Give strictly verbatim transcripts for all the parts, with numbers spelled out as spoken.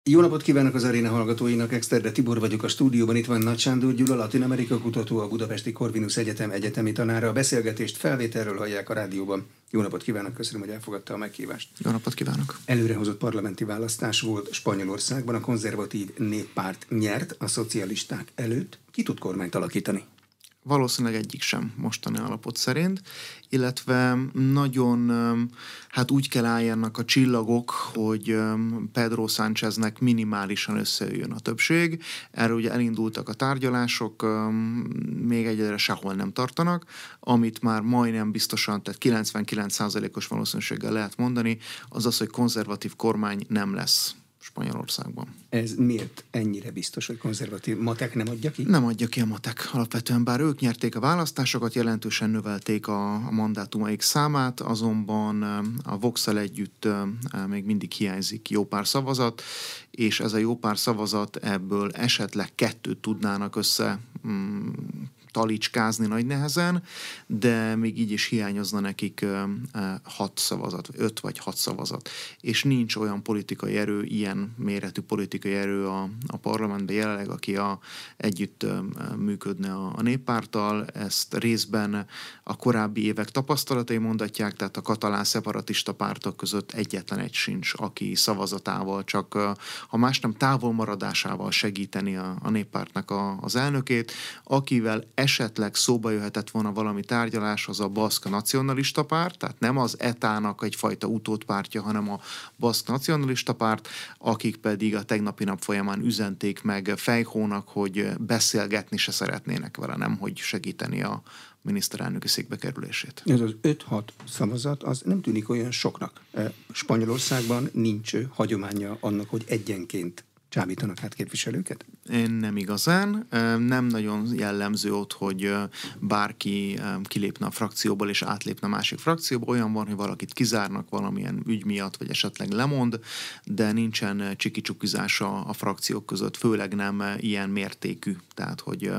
Jó napot kívánok az aréna hallgatóinak, Exterde Tibor vagyok a stúdióban, itt van Nagy Sándor Gyula, Latin Amerika kutató, a Budapesti Corvinus Egyetem egyetemi tanára. A beszélgetést felvételről hallják a rádióban. Jó napot kívánok, köszönöm, hogy elfogadta a meghívást. Jó napot kívánok! Előrehozott parlamenti választás volt Spanyolországban, a konzervatív néppárt nyert a szocialisták előtt. Ki tud kormányt alakítani? Valószínűleg egyik sem mostani alapot szerint, illetve nagyon hát úgy kell álljanak a csillagok, hogy Pedro Sáncheznek minimálisan összejöjjön a többség. Erről ugye elindultak a tárgyalások, még egyelőre sehol nem tartanak, amit már majdnem biztosan, tehát kilencvenkilenc százalékos valószínűséggel lehet mondani, az az, hogy konzervatív kormány nem lesz Spanyolországban. Ez miért ennyire biztos, hogy konzervatív? Matek nem adja ki? Nem adja ki a Matek alapvetően, bár ők nyerték a választásokat, jelentősen növelték a, a mandátumaik számát, azonban a Vox-el együtt még mindig hiányzik jó pár szavazat, és ez a jó pár szavazat ebből esetleg kettőt tudnának össze mm, talicskázni nagy nehezen, de még így is hiányozna nekik hat szavazat, öt vagy hat szavazat. És nincs olyan politikai erő, ilyen méretű politikai erő a, a parlamentben jelenleg, aki a, együtt működne a, a néppárttal. Ezt részben a korábbi évek tapasztalatai mondatják, tehát a katalán szeparatista pártok között egyetlen egy sincs, aki szavazatával, csak ha más nem távolmaradásával segíteni a, a néppártnak a, az elnökét, akivel esetleg szóba jöhetett volna valami tárgyalás, az a baszk nacionalista párt, tehát nem az é té á-nak egyfajta utódpártja, hanem a baszk nacionalista párt, akik pedig a tegnapi nap folyamán üzenték meg Feijónak, hogy beszélgetni se szeretnének vele, nem hogy segíteni a miniszterelnöki székbe kerülését. Ez az öt-hat szavazat, az nem tűnik olyan soknak. Spanyolországban nincs hagyománya annak, hogy egyenként csábítanak hát képviselőket? Nem igazán. Nem nagyon jellemző ott, hogy bárki kilépne a frakcióból és átlépne a másik frakcióba. Olyan van, hogy valakit kizárnak valamilyen ügy miatt, vagy esetleg lemond, de nincsen csikicsukizás a frakciók között, főleg nem ilyen mértékű. Tehát, hogy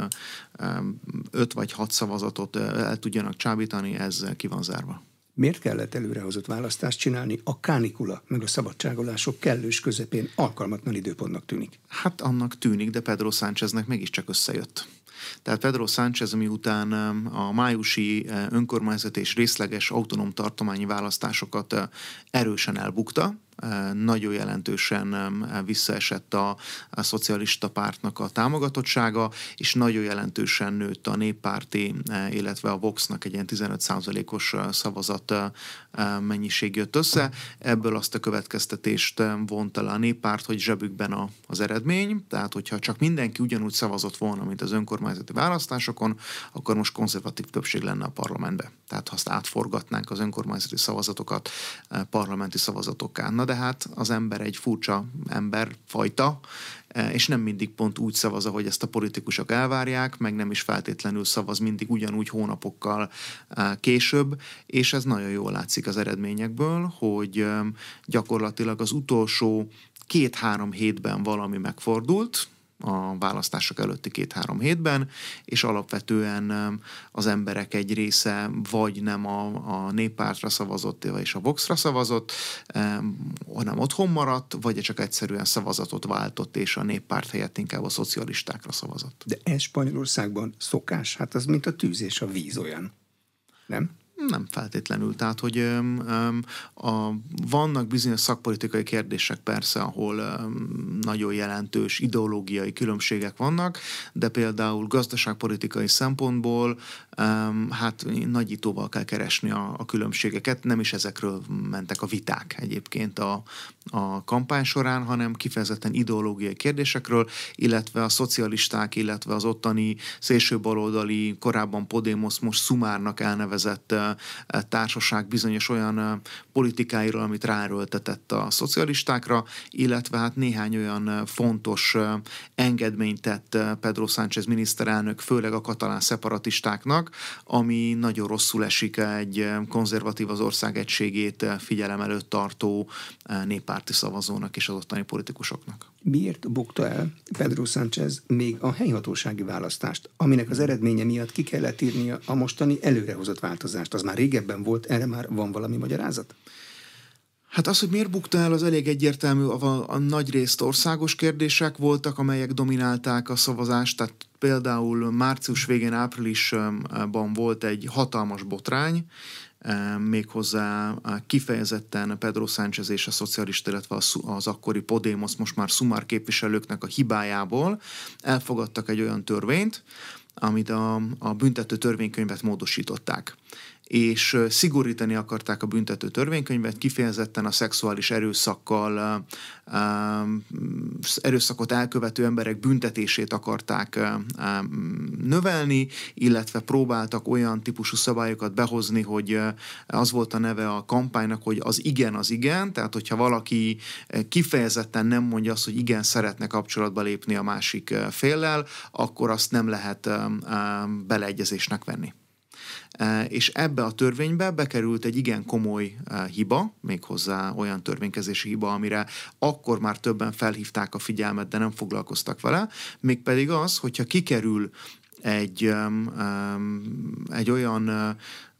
öt vagy hat szavazatot el tudjanak csábítani, ez ki van zárva. Miért kellett előrehozott választást csinálni? A kánikula meg a szabadságolások kellős közepén alkalmatlan időpontnak tűnik. Hát annak tűnik, de Pedro Sáncheznek mégiscsak összejött. Tehát Pedro Sánchez, miután a májusi önkormányzati és részleges autonóm tartományi választásokat erősen elbukta, nagyon jelentősen visszaesett a, a szocialista pártnak a támogatottsága, és nagyon jelentősen nőtt a néppárti, illetve a Voxnak egy ilyen tizenöt százalékos szavazat mennyiség jött össze. Ebből azt a következtetést vonta le a néppárt, hogy zsebükben a, az eredmény, tehát hogyha csak mindenki ugyanúgy szavazott volna, mint az önkormányzati választásokon, akkor most konzervatív többség lenne a parlamentben. Tehát ha azt átforgatnánk az önkormányzati szavazatokat parlamenti szavazatokká. Na de hát az ember egy furcsa emberfajta, és nem mindig pont úgy szavaz, ahogy ezt a politikusok elvárják, meg nem is feltétlenül szavaz mindig ugyanúgy hónapokkal később, és ez nagyon jól látszik az eredményekből, hogy gyakorlatilag az utolsó két-három hétben valami megfordult, a választások előtti két-három hétben, és alapvetően az emberek egy része vagy nem a, a néppártra szavazott, és a Voxra szavazott, hanem otthon maradt, vagy csak egyszerűen szavazatot váltott, és a néppárt helyett inkább a szocialistákra szavazott. De ez Spanyolországban szokás? Hát az mint a tűz és a víz olyan, nem? Nem feltétlenül. Tehát, hogy öm, öm, a, vannak bizonyos szakpolitikai kérdések persze, ahol öm, nagyon jelentős ideológiai különbségek vannak, de például gazdaságpolitikai szempontból öm, hát nagyítóval kell keresni a, a különbségeket. Nem is ezekről mentek a viták egyébként a, a kampány során, hanem kifejezetten ideológiai kérdésekről, illetve a szocialisták, illetve az ottani szélsőbaloldali, korábban Podemos, most Sumárnak elnevezett társaság bizonyos olyan politikáiról, amit ráerőltetett a szocialistákra, illetve hát néhány olyan fontos engedményt tett Pedro Sánchez miniszterelnök, főleg a katalán szeparatistáknak, ami nagyon rosszul esik egy konzervatív, az ország egységét figyelem előtt tartó néppárti szavazónak és az ottani politikusoknak. Miért bukta el Pedro Sánchez még a helyhatósági választást, aminek az eredménye miatt ki kellett írnia a mostani előrehozott változást? Az már régebben volt, erre már van valami magyarázat? Hát az, hogy miért bukta el, az elég egyértelmű, a, a nagy részt országos kérdések voltak, amelyek dominálták a szavazást, tehát például március végén, áprilisban volt egy hatalmas botrány, méghozzá kifejezetten Pedro Sánchez és a szocialista, illetve az akkori Podemos, most már Sumar képviselőknek a hibájából elfogadtak egy olyan törvényt, amit a, a büntető törvénykönyvet módosították. És szigorítani akarták a büntető törvénykönyvet, kifejezetten a szexuális erőszakkal, erőszakot elkövető emberek büntetését akarták növelni, illetve próbáltak olyan típusú szabályokat behozni, hogy az volt a neve a kampánynak, hogy az igen az igen, tehát hogyha valaki kifejezetten nem mondja azt, hogy igen, szeretne kapcsolatba lépni a másik féllel, akkor azt nem lehet beleegyezésnek venni. És ebbe a törvénybe bekerült egy igen komoly hiba, méghozzá olyan törvénykezési hiba, amire akkor már többen felhívták a figyelmet, de nem foglalkoztak vele, mégpedig az, hogyha kikerül egy, egy olyan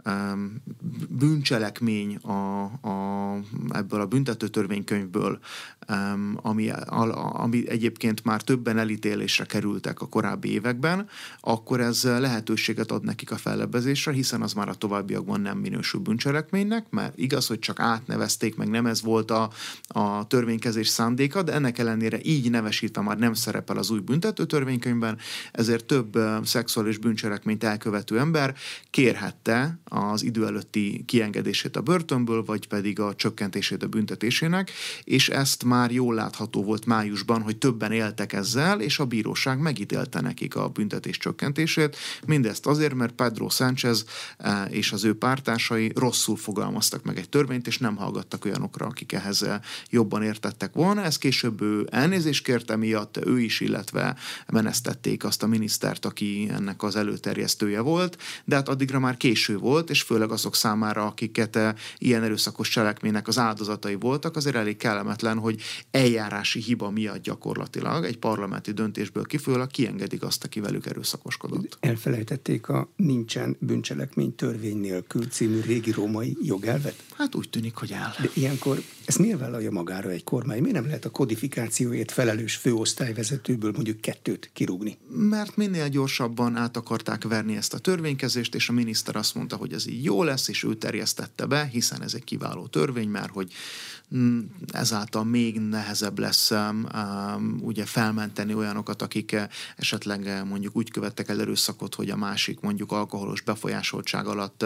bűncselekmény a, a, ebből a büntető törvénykönyvből, ami, ami egyébként már többen elítélésre kerültek a korábbi években, akkor ez lehetőséget ad nekik a fellebbezésre, hiszen az már a továbbiakban nem minősül bűncselekménynek, mert igaz, hogy csak átnevezték, meg nem ez volt a, a törvénykezés szándéka, de ennek ellenére így nevesítve már nem szerepel az új büntető törvénykönyvben, ezért több szexuális bűncselekményt elkövető ember kérhette az idő előtti kiengedését a börtönből, vagy pedig a csökkentését a büntetésének, és ezt már jól látható volt májusban, hogy többen éltek ezzel, és a bíróság megítélte nekik a büntetés csökkentését. Mindezt azért, mert Pedro Sánchez és az ő pártársai rosszul fogalmaztak meg egy törvényt, és nem hallgattak olyanokra, akik ehhez jobban értettek volna. Ez később ő elnézést kérte miatt, ő is, illetve menesztették azt a minisztert, aki ennek az előterjesztője volt, de hát addigra már késő volt, és főleg azok számára, akiket ilyen erőszakos cselekménynek az áldozatai voltak, azért elég kellemetlen, hogy eljárási hiba miatt gyakorlatilag egy parlamenti döntésből kifolyólag kiengedik azt, aki velük erőszakoskodott. Elfelejtették a nincsen bűncselekmény törvény nélkül című régi római jogelvet? Hát úgy tűnik, hogy el. De ilyenkor ezt miért vállalja magára egy kormány? Miért nem lehet a kodifikációért felelős főosztályvezetőből mondjuk kettőt kirúgni? Mert minél gyorsabban át akarták verni ezt a törvénykezést, és a miniszter azt mondta, hogy ez így jó lesz, és ő terjesztette be, hiszen ez egy kiváló törvény, mert hogy ezáltal még nehezebb lesz um, ugye felmenteni olyanokat, akik esetleg mondjuk úgy követtek el erőszakot, hogy a másik mondjuk alkoholos befolyásoltság alatt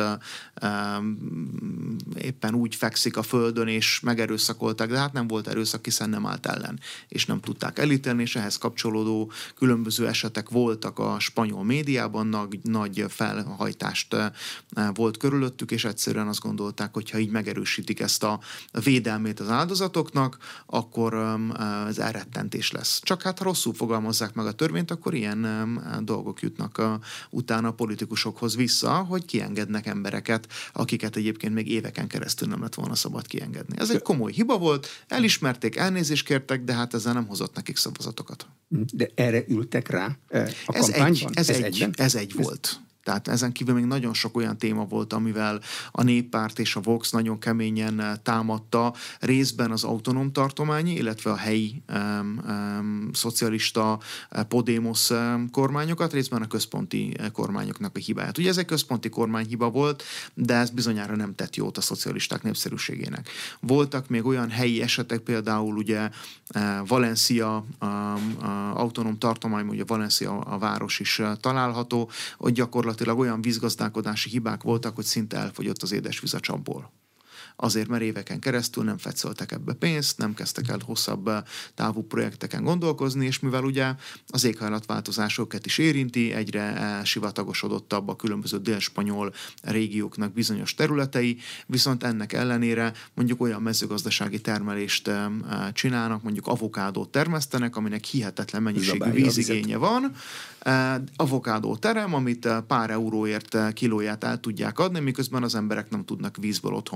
um, éppen úgy fekszik a földön, és megerőszakolták, de hát nem volt erőszak, hiszen nem állt ellen, és nem tudták elítélni, és ehhez kapcsolódó különböző esetek voltak a spanyol médiában, nagy, nagy felhajtást uh, volt körülöttük, és egyszerűen azt gondolták, hogy ha így megerősítik ezt a védelmét az áldozatoknak, akkor um, ez elrettentés lesz. Csak hát ha rosszul fogalmazzák meg a törvényt, akkor ilyen um, dolgok jutnak a, utána a politikusokhoz vissza, hogy kiengednek embereket, akiket egyébként még éveken keresztül nem lett volna szabad kiengedni. Ez egy komoly hiba volt, elismerték, elnézést kértek, de hát ezzel nem hozott nekik szavazatokat. De erre ültek rá a ez kampányban? Egy, ez, ez, egy, ez egy volt. Tehát ezen kívül még nagyon sok olyan téma volt, amivel a Néppárt és a Vox nagyon keményen támadta részben az autonóm tartományi, illetve a helyi um, um, szocialista Podemos um, kormányokat, részben a központi kormányoknak a hibáját. Ugye ez egy központi kormányhiba volt, de ez bizonyára nem tett jót a szocialisták népszerűségének. Voltak még olyan helyi esetek, például ugye Valencia um, autonóm tartomány, ugye Valencia a város is található, hogy gyakorlatilag olyan vízgazdálkodási hibák voltak, hogy szinte elfogyott az édesvíz a csapból. Azért, mert éveken keresztül nem fetszöltek ebbe pénzt, nem kezdtek el hosszabb távú projekteken gondolkozni, és mivel ugye az éghajlatváltozás őket is érinti, egyre sivatagosodottabb a különböző délspanyol régióknak bizonyos területei, viszont ennek ellenére mondjuk olyan mezőgazdasági termelést csinálnak, mondjuk avokádót termesztenek, aminek hihetetlen mennyiségű vízigénye van. Avokádó terem, amit pár euróért kilóját el tudják adni, miközben az emberek nem tudnak vízből otthon főzni,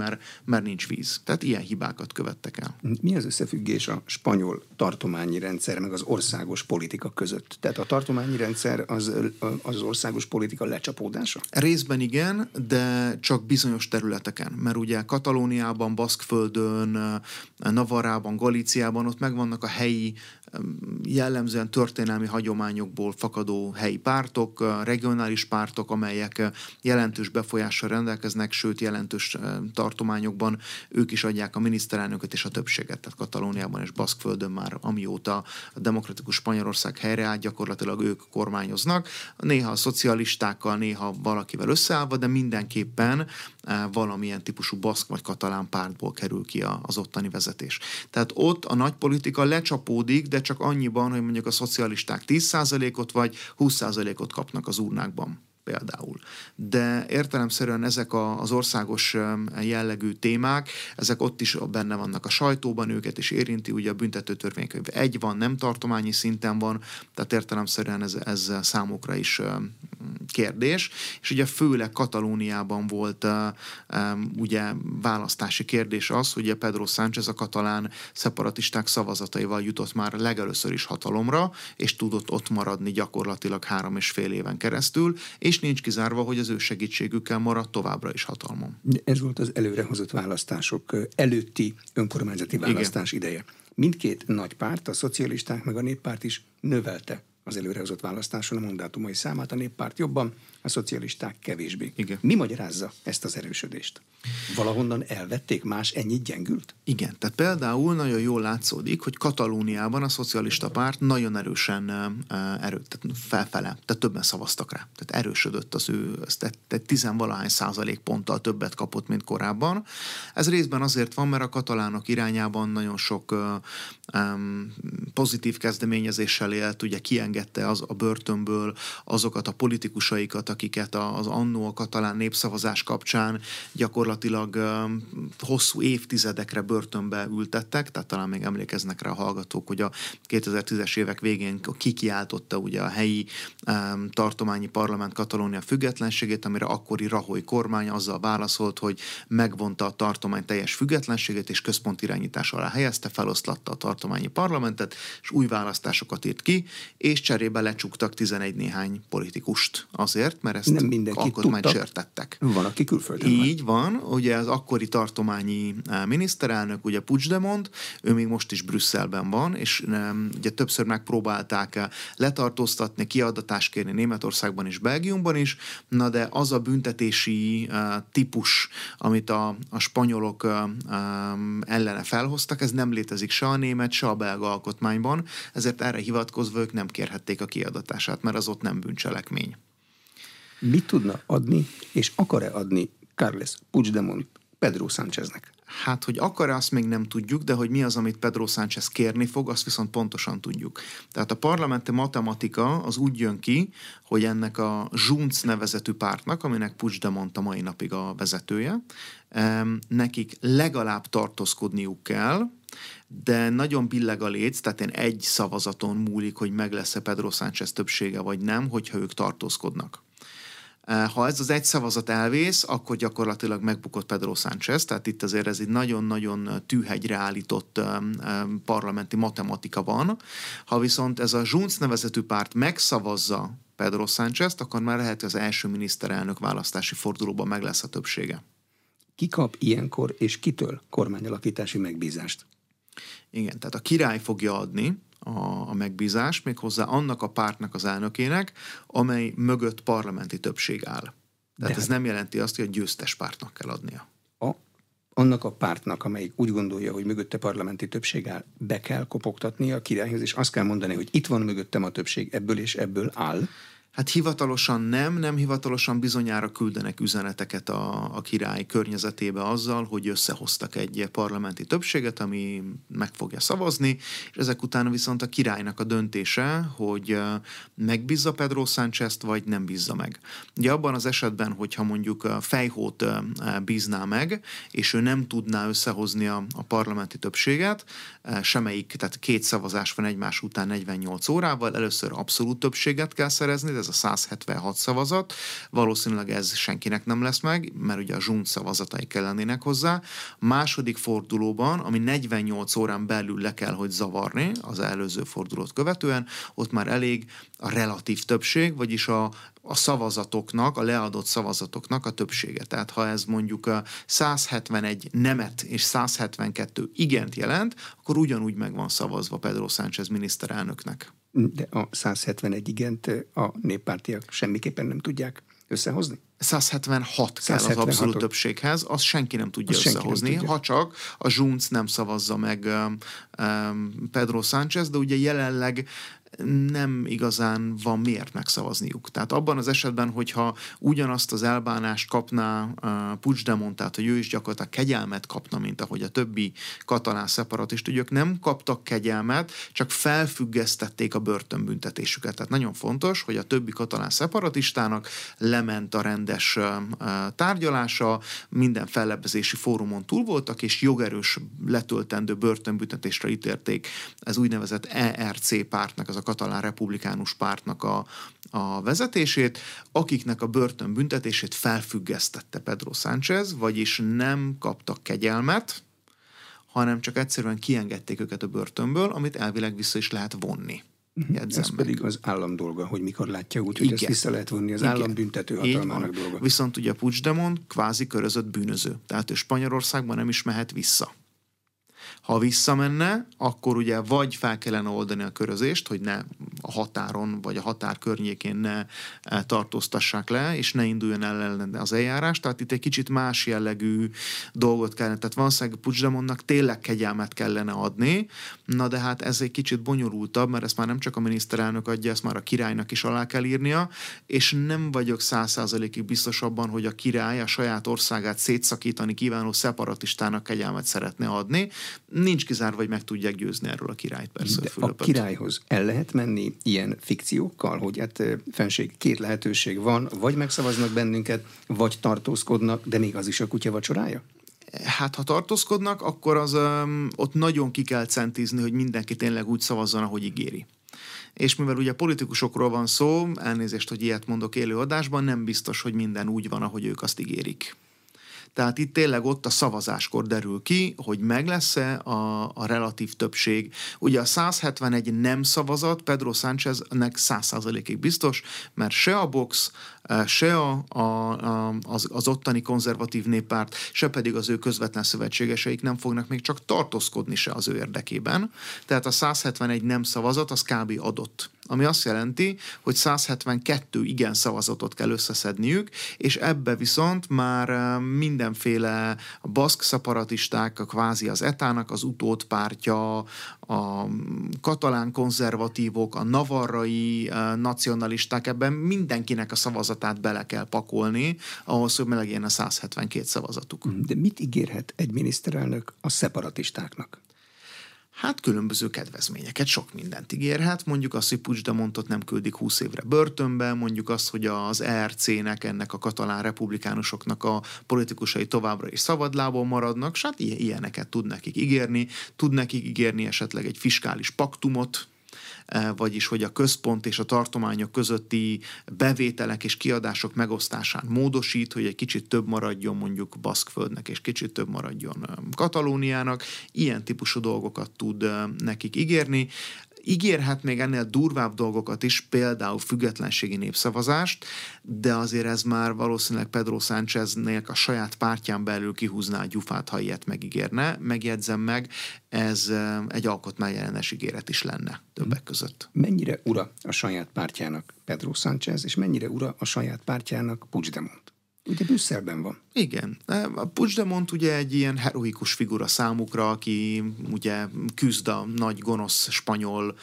mert, mert nincs víz. Tehát ilyen hibákat követtek el. Mi az összefüggés a spanyol tartományi rendszer meg az országos politika között? Tehát a tartományi rendszer az, az országos politika lecsapódása? Részben igen, de csak bizonyos területeken. Mert ugye Katalóniában, Baszkföldön, Navarrában, Galíciában ott megvannak a helyi, jellemzően történelmi hagyományokból fakadó helyi pártok, regionális pártok, amelyek jelentős befolyással rendelkeznek, sőt jelentős tartományokban ők is adják a miniszterelnököt és a többséget. Tehát Katalóniában és Baszkföldön már amióta a demokratikus Spanyolország helyreállt, gyakorlatilag ők kormányoznak. Néha a szocialistákkal, néha valakivel összeállva, de mindenképpen valamilyen típusú baszk vagy katalán pártból kerül ki az ottani vezetés. Tehát ott a nagy politika lecsapódik, de csak annyiban, hogy mondjuk a szocialisták tíz százalékot vagy húsz százalékot kapnak az urnákban például. De értelemszerűen ezek a, az országos jellegű témák, ezek ott is benne vannak a sajtóban, őket is érinti, ugye a büntető törvénykönyv egy van, nem tartományi szinten van, tehát értelemszerűen ez, ez számukra is kérdés, és ugye főleg Katalóniában volt ugye választási kérdés az, hogy Pedro Sánchez a katalán szeparatisták szavazataival jutott már legelőször is hatalomra, és tudott ott maradni gyakorlatilag három és fél éven keresztül, és nincs kizárva, hogy az ő segítségükkel marad továbbra is hatalmon. Ez volt az előrehozott választások előtti önkormányzati választás Igen. ideje. Mindkét nagy párt, a szocialisták meg a néppárt is növelte az előrehozott választáson a mandátumai számát, a néppárt jobban, a szocialisták kevésbé. Igen. Mi magyarázza ezt az erősödést? Valahonnan elvették, más ennyit gyengült? Igen, tehát például nagyon jól látszódik, hogy Katalóniában a szocialista párt nagyon erősen erő, tehát felfele, tehát többen szavaztak rá. Tehát erősödött az ő, tehát tizenvalahány százalék ponttal többet kapott, mint korábban. Ez részben azért van, mert a katalánok irányában nagyon sok um, pozitív kezdeményezéssel élt, ugye kiengedte az, a börtönből azokat a politikusaikat, akiket az annó a katalán népszavazás kapcsán gyakorlatilag um, hosszú évtizedekre börtönbe ültettek, tehát talán még emlékeznek rá a hallgatók, hogy a kétezer-tízes évek végén kikiáltotta ugye a helyi um, tartományi parlament Katalónia függetlenségét, amire akkori Rajoy kormány azzal válaszolt, hogy megvonta a tartomány teljes függetlenségét, és központirányítás alá helyezte, feloszlatta a tartományi parlamentet, és új választásokat írt ki, és cserébe lecsuktak tizenegy néhány politikust azért, mert ezt alkotmányt sértettek. Van, aki külföldön Így van, ugye az akkori tartományi miniszterelnök, ugye Puigdemont, ő még most is Brüsszelben van, és ugye többször megpróbálták letartóztatni, kiadatást kérni Németországban és Belgiumban is, na de az a büntetési típus, amit a, a spanyolok ellene felhoztak, ez nem létezik se a német, se a belga alkotmányban, ezért erre hivatkozva ők nem kérhették a kiadatását, mert az ott nem bűncselekmény. Mit tudna adni, és akar-e adni Carles Puigdemont Pedro Sáncheznek? Hát, hogy akar-e, azt még nem tudjuk, de hogy mi az, amit Pedro Sánchez kérni fog, azt viszont pontosan tudjuk. Tehát a parlamenti matematika az úgy jön ki, hogy ennek a Junts nevezetű pártnak, aminek Puigdemont a mai napig a vezetője, nekik legalább tartózkodniuk kell, de nagyon billeg a léc, tehát én egy szavazaton múlik, hogy meg lesz-e Pedro Sánchez többsége vagy nem, hogyha ők tartózkodnak. Ha ez az egy szavazat elvész, akkor gyakorlatilag megbukott Pedro Sánchez, tehát itt azért ez egy nagyon-nagyon tűhegyre állított parlamenti matematika van. Ha viszont ez a Junts nevezetű párt megszavazza Pedro Sánchezt, akkor már lehet, hogy az első miniszterelnök választási fordulóban meg lesz a többsége. Ki kap ilyenkor és kitől kormányalakítási megbízást? Igen, tehát a király fogja adni a, a megbízást, méghozzá annak a pártnak az elnökének, amely mögött parlamenti többség áll. Tehát ez nem jelenti azt, hogy a győztes pártnak kell adnia. A, annak a pártnak, amelyik úgy gondolja, hogy mögötte parlamenti többség áll, be kell kopogtatnia a királyhoz, és azt kell mondani, hogy itt van mögöttem a többség, ebből és ebből áll. Hát hivatalosan nem, nem hivatalosan bizonyára küldenek üzeneteket a, a király környezetébe azzal, hogy összehoztak egy parlamenti többséget, ami meg fogja szavazni, és ezek után viszont a királynak a döntése, hogy megbízza Pedro Sánchezt, vagy nem bízza meg. Ugye abban az esetben, hogyha mondjuk Feijót bízná meg, és ő nem tudná összehozni a, a parlamenti többséget, semmelyik, tehát két szavazás van egymás után negyvennyolc órával, először abszolút többséget kell szerezni, ez a száz hetvenhat szavazat. Valószínűleg ez senkinek nem lesz meg, mert ugye a zsunt szavazatai kellenének hozzá. Második fordulóban, ami negyvennyolc órán belül le kell, hogy zavarni az előző fordulót követően, ott már elég a relatív többség, vagyis a a szavazatoknak, a leadott szavazatoknak a többsége. Tehát ha ez mondjuk a száz hetvenegy nemet és száz hetvenkettő igent jelent, akkor ugyanúgy meg van szavazva Pedro Sánchez miniszterelnöknek. De a száz hetvenegy igent a néppártiak semmiképpen nem tudják összehozni? száz hetvenhat kell az abszolút többséghez, azt senki nem tudja azt összehozni, nem tudja. Ha csak a Junts nem szavazza meg um, um, Pedro Sánchez, de ugye jelenleg nem igazán van miért megszavazniuk. Tehát abban az esetben, hogyha ugyanazt az elbánást kapná uh, Puigdemont, tehát hogy ő is gyakorlatilag kegyelmet kapna, mint ahogy a többi katalán szeparatist, ők nem kaptak kegyelmet, csak felfüggesztették a börtönbüntetésüket. Tehát nagyon fontos, hogy a többi katalán szeparatistának lement a rendes uh, tárgyalása, minden fellebbezési fórumon túl voltak, és jogerős letöltendő börtönbüntetésre ítélték ez úgynevezett E R C pártnak, az a katalán republikánus pártnak a, a vezetését, akiknek a börtönbüntetését felfüggesztette Pedro Sánchez, vagyis nem kaptak kegyelmet, hanem csak egyszerűen kiengedték őket a börtönből, amit elvileg vissza is lehet vonni. Jegyzem Ez meg. Pedig az állam dolga, hogy mikor látja úgy, hogy Igen. ezt vissza lehet vonni, az Igen. állam büntető hatalmának dolga. Viszont ugye Puigdemont kvázi körözött bűnöző, tehát ő Spanyolországban nem is mehet vissza. Ha visszamenne, akkor ugye vagy fel kellene oldani a körözést, hogy ne a határon, vagy a határ környékén ne tartóztassák le, és ne induljon el ellen az eljárás. Tehát itt egy kicsit más jellegű dolgot kellene. Tehát valószínűleg Puigdemontnak tényleg kegyelmet kellene adni, na de hát ez egy kicsit bonyolultabb, mert ezt már nem csak a miniszterelnök adja, ezt már a királynak is alá kell írnia, és nem vagyok száz százalékig biztos abban, hogy a király a saját országát szétszakítani kívánó szeparatistának kegyelmet szeretne adni. Nincs kizárva, hogy meg tudják győzni erről a királyt, persze. De a, a királyhoz el lehet menni ilyen fikciókkal, hogy hát fenség, két lehetőség van, vagy megszavaznak bennünket, vagy tartózkodnak, de még az is a kutya vacsorája? Hát ha tartózkodnak, akkor az um, ott nagyon ki kell centizni, hogy mindenki tényleg úgy szavazzon, ahogy ígéri. És mivel ugye politikusokról van szó, elnézést, hogy ilyet mondok élő adásban, nem biztos, hogy minden úgy van, ahogy ők azt ígérik. Tehát itt tényleg ott a szavazáskor derül ki, hogy meg lesz-e a, a relatív többség. Ugye a száz hetvenegy nem szavazat Pedro Sáncheznek száz százalékig biztos, mert se a Vox, se a, a, az, az ottani konzervatív néppárt, se pedig az ő közvetlen szövetségeseik nem fognak még csak tartózkodni se az ő érdekében. Tehát a száz hetvenegy nem szavazat az kb. Adott. Ami azt jelenti, hogy száz hetvenkettő igen szavazatot kell összeszedniük, és ebbe viszont már mindenféle a baszk szeparatisták, a kvázi az é té á-nak az utódpártja, a katalán konzervatívok, a navarrai nacionalisták, ebben mindenkinek a szavazatát bele kell pakolni, ahhoz, hogy melegjen a száz hetvenkét szavazatuk. De mit ígérhet egy miniszterelnök a szeparatistáknak? Hát különböző kedvezményeket, sok mindent ígérhet. Mondjuk azt, hogy Puigdemontot nem küldik húsz évre börtönbe, mondjuk azt, hogy az é er cé-nek, ennek a katalán republikánusoknak a politikusai továbbra is szabadlábon maradnak, és hát ilyeneket tud nekik ígérni. Tud nekik ígérni esetleg egy fiskális paktumot, vagyis hogy a központ és a tartományok közötti bevételek és kiadások megosztásán módosít, hogy egy kicsit több maradjon mondjuk Baszkföldnek, és kicsit több maradjon Katalóniának. Ilyen típusú dolgokat tud nekik ígérni. Ígérhet még ennél durvább dolgokat is, például függetlenségi népszavazást, de azért ez már valószínűleg Pedro Sáncheznél a saját pártján belül kihúzná a gyufát, ha ilyet megígérne. Megjegyzem meg, ez egy alkotmányellenes ígéret is lenne többek között. Mennyire ura a saját pártjának Pedro Sánchez, és mennyire ura a saját pártjának Puigdemont? Ugye Brüsszelben van. Igen. A Puigdemont ugye egy ilyen heroikus figura számukra, aki ugye küzd a nagy gonosz spanyol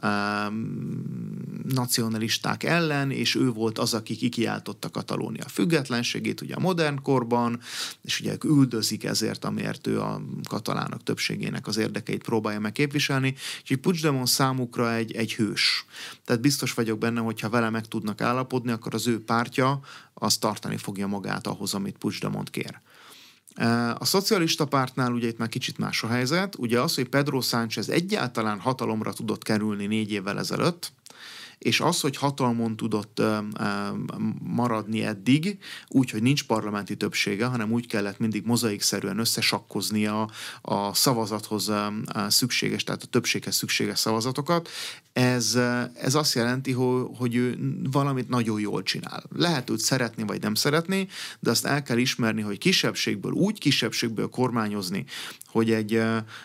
um, nacionalisták ellen, és ő volt az, aki kikiáltotta Katalónia függetlenségét ugye a modern korban, és ugye üldözik ezért, amért ő a katalánok többségének az érdekeit próbálja meg képviselni, és Puigdemont számukra egy, egy hős. Tehát biztos vagyok benne, hogyha vele meg tudnak állapodni, akkor az ő pártja az tartani fogja magát ahhoz, amit Puigdemont kér. A szocialista pártnál ugye itt már kicsit más a helyzet. Ugye az, hogy Pedro Sánchez egyáltalán hatalomra tudott kerülni négy évvel ezelőtt, és az, hogy hatalmon tudott maradni eddig, úgy, hogy nincs parlamenti többsége, hanem úgy kellett mindig mozaikszerűen összesakkoznia a szavazathoz szükséges, tehát a többséghez szükséges szavazatokat, ez, ez azt jelenti, hogy, hogy ő valamit nagyon jól csinál. Lehet őt szeretni, vagy nem szeretni, de azt el kell ismerni, hogy kisebbségből, úgy kisebbségből kormányozni, hogy egy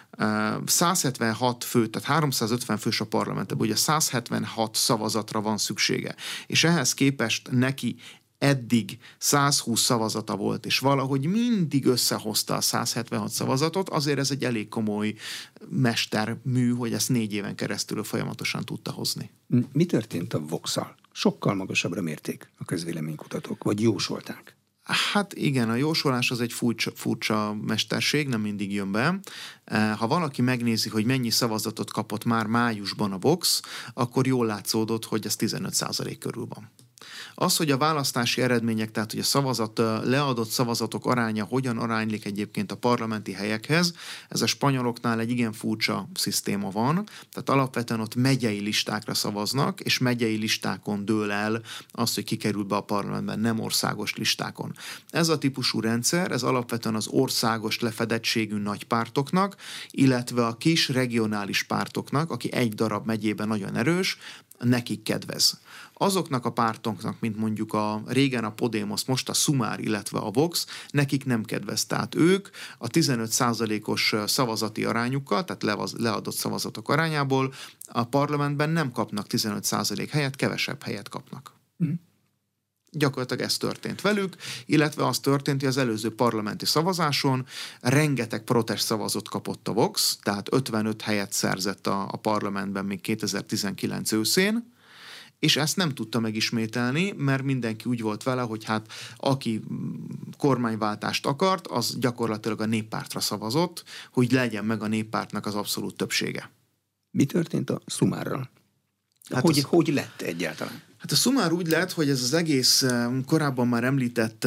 száz hetvenhat fő, tehát háromszázötven fős a parlamentben, ugye száz hetvenhat szavazatra van szüksége, és ehhez képest neki eddig száz húsz szavazata volt, és valahogy mindig összehozta a száz hetvenhat szavazatot, azért ez egy elég komoly mestermű, hogy ezt négy éven keresztül folyamatosan tudta hozni. Mi történt a Vox-szal? Sokkal magasabbra mérték a közvéleménykutatók, vagy jósolták? Hát igen, a jósolás az egy furcsa, furcsa mesterség, nem mindig jön be. Ha valaki megnézi, hogy mennyi szavazatot kapott már májusban a Vox, akkor jól látszódott, hogy ez tizenöt százalék körül van. Az, hogy a választási eredmények, tehát hogy a szavazat, leadott szavazatok aránya hogyan aránylik egyébként a parlamenti helyekhez, ez a spanyoloknál egy igen furcsa szisztéma van, tehát alapvetően ott megyei listákra szavaznak, és megyei listákon dől el az, hogy ki kerül be a parlamentben, nem országos listákon. Ez a típusú rendszer, ez alapvetően az országos lefedettségű nagy pártoknak, illetve a kis regionális pártoknak, aki egy darab megyében nagyon erős, nekik kedvez. Azoknak a pártoknak, mint mondjuk a régen a Podemos, most a Sumar, illetve a Vox, nekik nem kedvez. Tehát ők a tizenöt százalékos szavazati arányukkal, tehát leadott szavazatok arányából a parlamentben nem kapnak tizenöt százalék helyet, kevesebb helyet kapnak. Mm. Gyakorlatilag ez történt velük, illetve az történt, hogy az előző parlamenti szavazáson rengeteg protest szavazat kapott a Vox, tehát ötvenöt helyet szerzett a, a parlamentben még kétezer-tizenkilenc őszén, és ezt nem tudta megismételni, mert mindenki úgy volt vele, hogy hát aki kormányváltást akart, az gyakorlatilag a néppártra szavazott, hogy legyen meg a néppártnak az abszolút többsége. Mi történt a Sumárral? Hát hogy, az... hogy lett egyáltalán? Hát a Sumar úgy lett, hogy ez az egész korábban már említett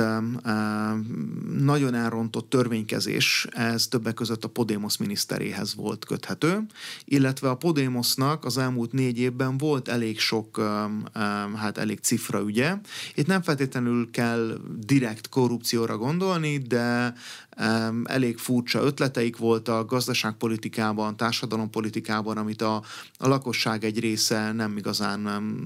nagyon elrontott törvénykezés, ez többek között a Podemos miniszteréhez volt köthető, illetve a Podemosnak az elmúlt négy évben volt elég sok, hát elég cifra ügye. Itt nem feltétlenül kell direkt korrupcióra gondolni, de elég furcsa ötleteik voltak gazdaságpolitikában, társadalompolitikában, amit a, a lakosság egy része nem igazán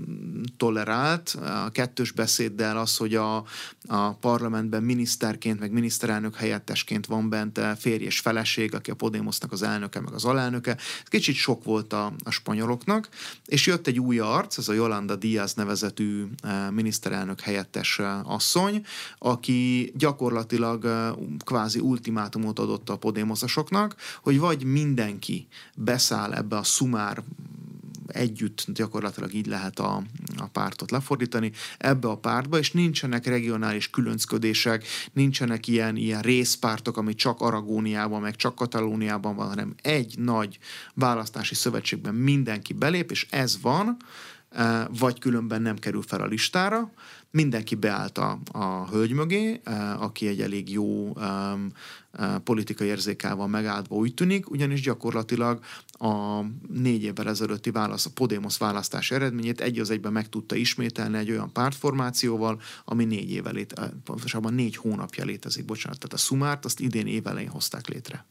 tolerált. A kettős beszéddel az, hogy a, a parlamentben miniszterként, meg miniszterelnök helyettesként van bent férj és feleség, aki a Podemosnak az elnöke, meg az alelnöke. Ez kicsit sok volt a, a spanyoloknak, és jött egy új arc, ez a Yolanda Díaz nevezetű miniszterelnök helyettes asszony, aki gyakorlatilag kvázi ultimátumot adott a podemososoknak, hogy vagy mindenki beszáll ebbe a Sumar együtt, gyakorlatilag így lehet a, a pártot lefordítani, ebbe a pártba, és nincsenek regionális különcködések, nincsenek ilyen, ilyen részpártok, ami csak Aragóniában, meg csak Katalóniában van, hanem egy nagy választási szövetségben mindenki belép, és ez van, vagy különben nem kerül fel a listára. Mindenki beállt a, a hölgy mögé, aki egy elég jó um, politikai érzékkel van megáldva, úgy tűnik, ugyanis gyakorlatilag a négy évvel ezelőtti válasz, a Podemos választás eredményét egy az egyben meg tudta ismételni egy olyan pártformációval, ami négy éve léte, pontosabban négy hónapja létezik, bocsánat, tehát a Sumárt azt idén évelején hozták létre.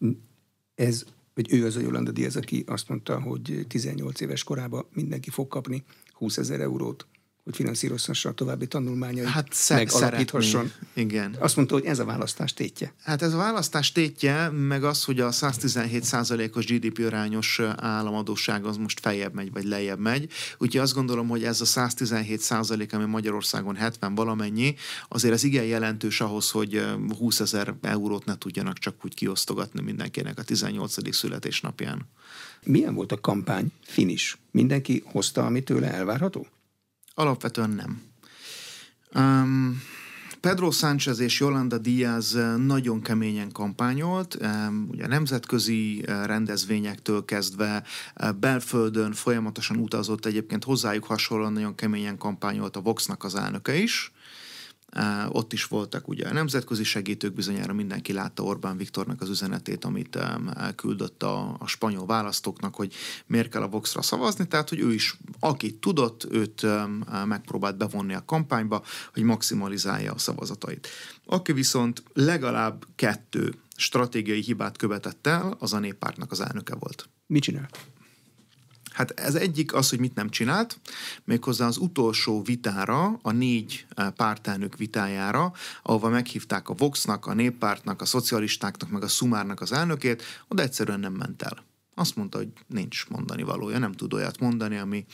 Ez, vagy ő az a Yolanda Díaz, aki azt mondta, hogy tizennyolc éves korában mindenki fog kapni húszezer eurót, hogy finanszírozhassa a további tanulmányait, hát meg alapíthasson. Igen. Azt mondta, hogy ez a választás tétje. Hát ez a választás tétje, meg az, hogy a száz tizenhét százalékos gé dé pé arányos államadósság az most feljebb megy, vagy lejjebb megy. Úgyhogy azt gondolom, hogy ez a száz tizenhét százalék, ami Magyarországon hetven valamennyi, azért ez igen jelentős ahhoz, hogy húszezer eurót ne tudjanak csak úgy kiosztogatni mindenkinek a tizennyolcadik születésnapján. Milyen volt a kampány finish? Mindenki hozta, ami tőle elvárható? Alapvetően nem. Um, Pedro Sánchez és Yolanda Díaz nagyon keményen kampányolt, um, ugye nemzetközi rendezvényektől kezdve belföldön folyamatosan utazott, egyébként hozzájuk hasonlóan nagyon keményen kampányolt a Voxnak az elnöke is. Uh, ott is voltak ugye a nemzetközi segítők, bizonyára mindenki látta Orbán Viktornak az üzenetét, amit um, küldött a, a spanyol választóknak, hogy miért kell a Voxra szavazni, tehát hogy ő is Aki tudott, őt megpróbált bevonni a kampányba, hogy maximalizálja a szavazatait. Aki viszont legalább kettő stratégiai hibát követett el, az a Néppártnak az elnöke volt. Mit csinált? Hát ez egyik az, hogy mit nem csinált, méghozzá az utolsó vitára, a négy pártelnök vitájára, ahova meghívták a Voxnak, a Néppártnak, a szocialistáknak, meg a Szumárnak az elnökét, oda egyszerűen nem ment el. Azt mondta, hogy nincs mondani valója, nem tud olyat mondani, ami,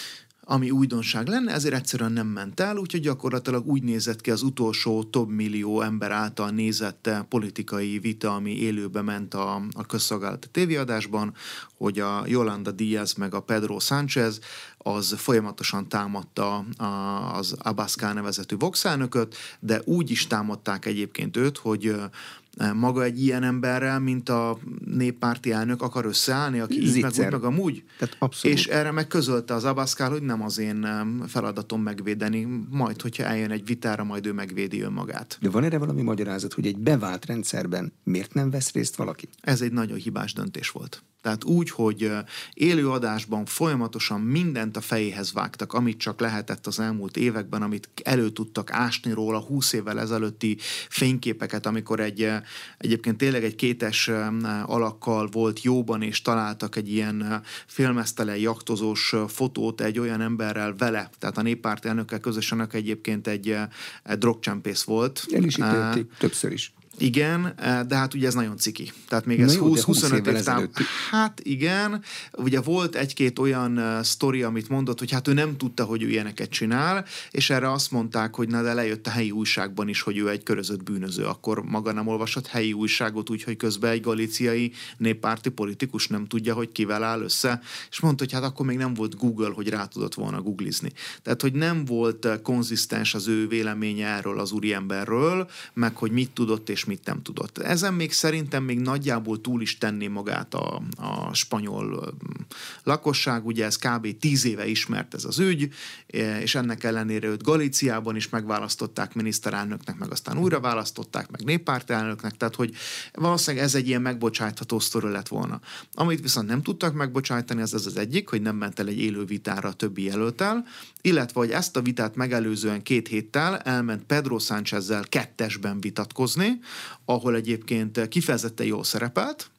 ami újdonság lenne, ezért egyszerűen nem ment el, úgyhogy gyakorlatilag úgy nézett ki az utolsó több millió ember által nézett politikai vita, ami élőbe ment a, a közszolgálati tévéadásban, hogy a Yolanda Díaz meg a Pedro Sánchez az folyamatosan támadta az Abascal nevezetű Vox elnököt, de úgy is támadták egyébként őt, hogy maga egy ilyen emberrel, mint a néppárti elnök akar összeállni, aki így meg úgy, meg amúgy. És erre meg közölte az Abascal, hogy nem az én feladatom megvédeni, majd, hogyha eljön egy vitára, majd ő megvédi önmagát. De van erre valami magyarázat, hogy egy bevált rendszerben miért nem vesz részt valaki? Ez egy nagyon hibás döntés volt. Tehát úgy, hogy élő adásban folyamatosan mindent a fejéhez vágtak, amit csak lehetett az elmúlt években, amit elő tudtak ásni róla húsz évvel ezelőtti fényképeket, amikor egy, egyébként tényleg egy kétes alakkal volt jóban, és találtak egy ilyen filmesztelen jachtozós fotót egy olyan emberrel vele, tehát a néppárt elnökkel közösen, aki egyébként egy, egy drogcsempész volt. El is ítélték, többször is. Igen, de hát ugye ez nagyon ciki. Tehát még ez húsz-huszonöt év távol. Hát igen, ugye volt egy-két olyan uh, sztori, amit mondott, hogy hát ő nem tudta, hogy ő ilyeneket csinál, és erre azt mondták, hogy na de lejött a helyi újságban is, hogy ő egy körözött bűnöző. Akkor maga nem olvasott helyi újságot, úgyhogy közben egy galíciai néppárti politikus nem tudja, hogy kivel áll össze, és mondta, hogy hát akkor még nem volt Google, hogy rá tudott volna googlizni. Tehát, hogy nem volt konzisztens az ő véleménye erről az úriemberről, meg hogy mit tudott és mit nem tudott. Ezen még szerintem még nagyjából túl is tenné magát a, a spanyol lakosság, ugye ez kb. tíz éve ismert ez az ügy, és ennek ellenére őt Galíciában is megválasztották miniszterelnöknek, meg aztán újra választották, meg néppártelnöknek, tehát hogy valószínűleg ez egy ilyen megbocsátható sztori lett volna. Amit viszont nem tudtak megbocsájtani, ez az az egyik, hogy nem ment el egy élő vitára a többi jelölttel, illetve hogy ezt a vitát megelőzően két héttel elment Pedro Sánchezzel kettesben vitatkozni, ahol egyébként kifejezetten jól szerepelt,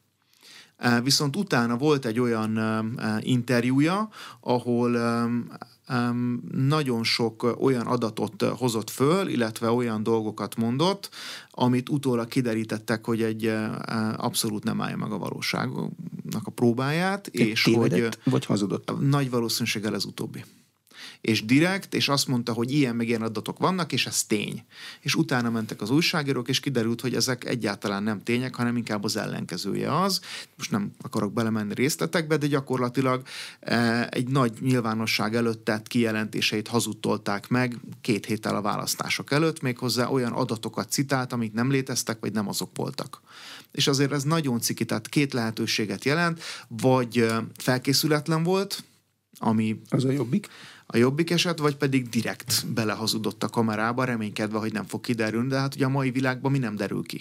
viszont utána volt egy olyan interjúja, ahol nagyon sok olyan adatot hozott föl, illetve olyan dolgokat mondott, amit utólag kiderítettek, hogy egy abszolút nem állja meg a valóságnak a próbáját. És tévedett, hogy vagy hazudott? Nagy valószínűséggel ez utóbbi. És direkt, és azt mondta, hogy ilyen meg ilyen adatok vannak, és ez tény. És utána mentek az újságírók, és kiderült, hogy ezek egyáltalán nem tények, hanem inkább az ellenkezője az. Most nem akarok belemenni részletekbe, de gyakorlatilag egy nagy nyilvánosság előtt tett kijelentéseit hazudtolták meg két héttel a választások előtt, méghozzá olyan adatokat citált, amik nem léteztek, vagy nem azok voltak. És azért ez nagyon ciki, tehát két lehetőséget jelent, vagy felkészületlen volt, ami... Az a Jobbik? A Jobbik eset, vagy pedig direkt belehazudott a kamerába, reménykedve, hogy nem fog kiderülni, de hát ugye a mai világban mi nem derül ki.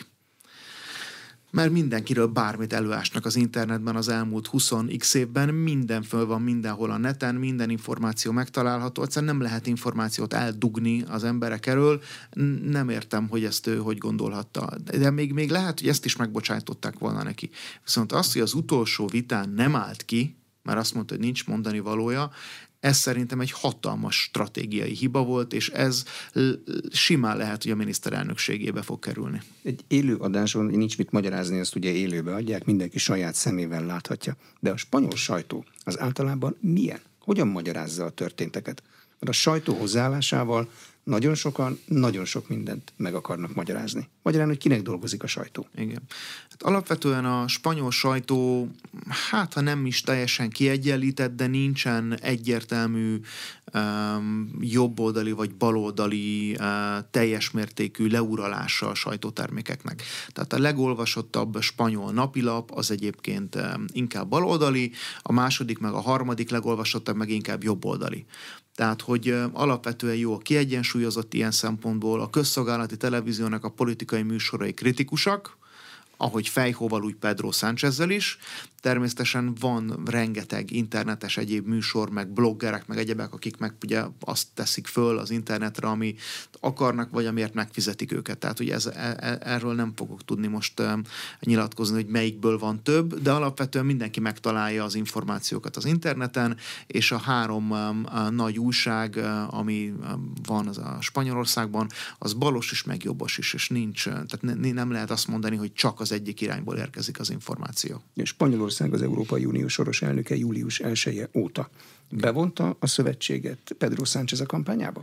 Mert mindenkiről bármit előásnak az internetben az elmúlt húsz x évben, minden föl van mindenhol a neten, minden információ megtalálható, egyszerűen nem lehet információt eldugni az emberek elől, nem értem, hogy ezt ő hogy gondolhatta. De még, még lehet, hogy ezt is megbocsájtották volna neki. Viszont azt, hogy az utolsó vitán nem állt ki, mert azt mondta, hogy nincs mondani valója, ez szerintem egy hatalmas stratégiai hiba volt, és ez simán lehet, hogy a miniszterelnökségébe fog kerülni. Egy élő adáson nincs mit magyarázni, ezt ugye élőbe adják, mindenki saját szemével láthatja. De a spanyol sajtó az általában milyen? Hogyan magyarázza a történteket? Mert a sajtó hozzáállásával nagyon sokan, nagyon sok mindent meg akarnak magyarázni. Magyarán, hogy kinek dolgozik a sajtó. Igen. Hát alapvetően a spanyol sajtó, hát ha nem is teljesen kiegyenlített, de nincsen egyértelmű um, jobboldali vagy baloldali uh, teljes mértékű leuralása a sajtótermékeknek. Tehát a legolvasottabb spanyol napilap az egyébként um, inkább baloldali, a második meg a harmadik legolvasottabb meg inkább jobboldali. Tehát, hogy alapvetően jó kiegyensúlyozott ilyen szempontból, a közszolgálati televíziónak a politikai műsorai kritikusak, ahogy Feijóval, úgy Pedro Sánchezzel is, Természetesen van rengeteg internetes egyéb műsor, meg bloggerek, meg egyebek, akik meg ugye azt teszik föl az internetre, ami akarnak, vagy amiért megfizetik őket. Tehát ugye ez, e, erről nem fogok tudni most e, nyilatkozni, hogy melyikből van több, de alapvetően mindenki megtalálja az információkat az interneten, és a három e, nagy újság, e, ami van az a Spanyolországban, az balos is, meg jobbos is, és nincs, tehát ne, nem lehet azt mondani, hogy csak az egyik irányból érkezik az információ. És Spanyolország az Európai Unió soros elnöke július elseje óta bevonta a szövetséget Pedro Sánchez a kampányába?